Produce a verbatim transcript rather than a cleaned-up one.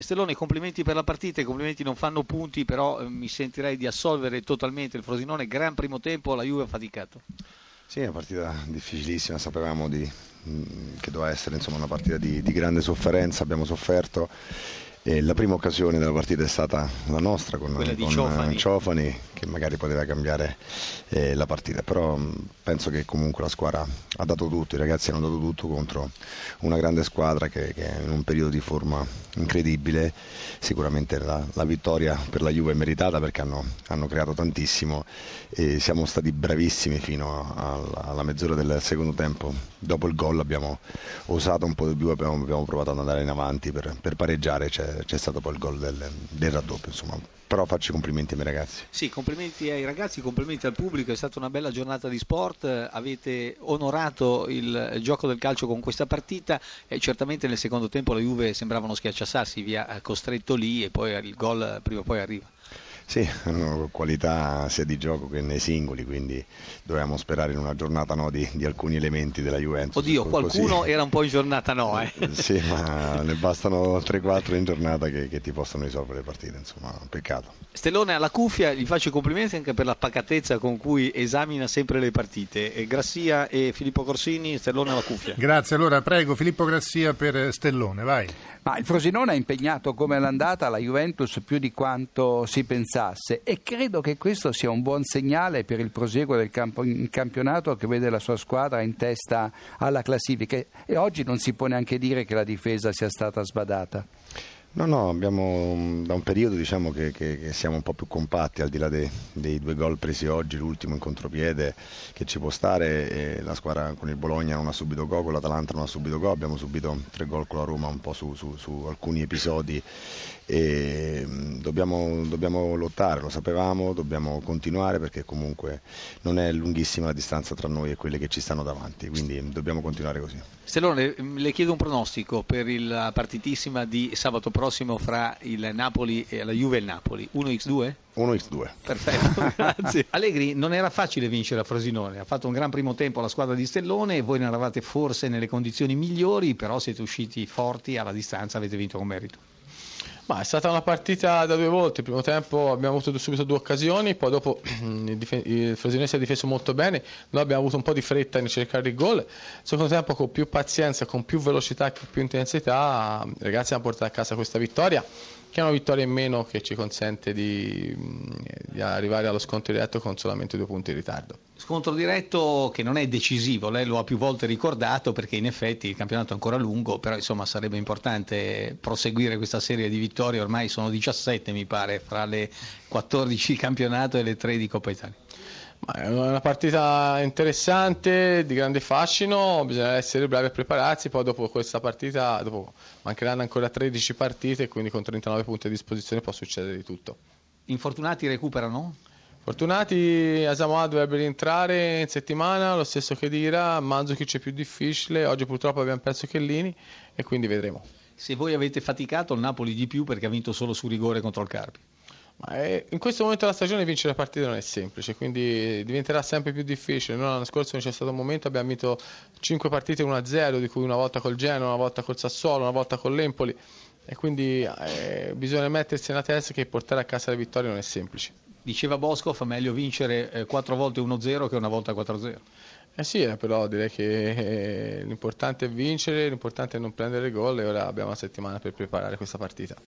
Stellone, complimenti per la partita, i complimenti non fanno punti, però eh, mi sentirei di assolvere totalmente il Frosinone, gran primo tempo, la Juve ha faticato. Sì, è una partita difficilissima, sapevamo di, mh, che doveva essere insomma, una partita di, di grande sofferenza, abbiamo sofferto e la prima occasione della partita è stata la nostra con, Quella di con Ciofani. Ciofani, che magari poteva cambiare eh, la partita, però mh, penso che comunque la squadra ha dato tutto, i ragazzi hanno dato tutto contro una grande squadra che, che è in un periodo di forma incredibile. Sicuramente la, la vittoria per la Juve è meritata perché hanno, hanno creato tantissimo e siamo stati bravissimi fino alla, alla mezz'ora del secondo tempo. Dopo il gol abbiamo osato un po' di più, abbiamo, abbiamo provato ad andare in avanti per, per pareggiare, c'è, c'è stato poi il gol del, del raddoppio, insomma. Però faccio i complimenti ai miei ragazzi. Sì, complimenti ai ragazzi, complimenti al pubblico, è stata una bella giornata di sport, avete onorato il gioco del calcio con questa partita e certamente nel secondo tempo la Juve sembrava uno schiacciasassi, vi ha costretto lì e poi il gol prima o poi arriva. Sì, hanno qualità sia di gioco che nei singoli, quindi dovevamo sperare in una giornata no, di, di alcuni elementi della Juventus. Oddio, qualcuno così. Era un po' in giornata no, eh? Sì, ma ne bastano tre quattro in giornata che, che ti possono risolvere le partite, insomma, peccato. Stellone alla cuffia, gli faccio i complimenti anche per la pacatezza con cui esamina sempre le partite. E Grassia e Filippo Corsini, Stellone alla cuffia. Grazie, allora prego Filippo Grassia per Stellone, vai. Ma il Frosinone ha impegnato come all'andata la Juventus più di quanto si pensasse e credo che questo sia un buon segnale per il proseguo del campo, in campionato che vede la sua squadra in testa alla classifica e oggi non si può neanche dire che la difesa sia stata sbadata. No, no, abbiamo da un periodo diciamo che, che, che siamo un po' più compatti al di là dei, dei due gol presi oggi, l'ultimo in contropiede che ci può stare, e la squadra con il Bologna non ha subito gol, con l'Atalanta non ha subito gol, abbiamo subito tre gol con la Roma un po' su, su, su alcuni episodi e dobbiamo, dobbiamo lottare, lo sapevamo, dobbiamo continuare perché comunque non è lunghissima la distanza tra noi e quelle che ci stanno davanti, quindi dobbiamo continuare così. Stellone, le chiedo un pronostico per la partitissima di sabato prossimo fra il Napoli e la Juve e il Napoli. uno a due? uno a due. Perfetto, grazie. Allegri, non era facile vincere a Frosinone, ha fatto un gran primo tempo la squadra di Stellone, voi non eravate forse nelle condizioni migliori, però siete usciti forti alla distanza, avete vinto con merito. Ma è stata una partita da due volte, il primo tempo abbiamo avuto subito due occasioni, poi dopo il, dif- il Frosinone si è difeso molto bene, noi abbiamo avuto un po' di fretta nel cercare il gol, il secondo tempo con più pazienza, con più velocità e con più intensità i ragazzi hanno portato a casa questa vittoria, che è una vittoria in meno che ci consente di, di arrivare allo scontro diretto con solamente due punti in ritardo. Scontro diretto che non è decisivo, lei lo ha più volte ricordato perché in effetti il campionato è ancora lungo, però insomma sarebbe importante proseguire questa serie di vittorie, ormai sono diciassette mi pare, fra le quattordici campionato e le tre di Coppa Italia. Ma è una partita interessante, di grande fascino, bisogna essere bravi a prepararsi, poi dopo questa partita dopo mancheranno ancora tredici partite, quindi con trentanove punti a disposizione può succedere di tutto. Infortunati recuperano? Fortunati, Asamoah dovrebbe rientrare in settimana, lo stesso che Dira, Mandzukic è più difficile, oggi purtroppo abbiamo perso Chiellini e quindi vedremo. Se voi avete faticato, il Napoli di più perché ha vinto solo su rigore contro il Carpi. Ma è, in questo momento della stagione vincere la partita non è semplice, quindi diventerà sempre più difficile. Noi l'anno scorso c'è stato un momento, abbiamo vinto cinque partite uno a zero, di cui una volta col Genoa, una volta col Sassuolo, una volta con l'Empoli e quindi eh, bisogna mettersi nella testa che portare a casa le vittorie non è semplice. Diceva Bosco, fa meglio vincere quattro volte uno a zero che una volta quattro a zero. Eh sì, eh, però direi che eh, l'importante è vincere, l'importante è non prendere gol e ora abbiamo una settimana per preparare questa partita.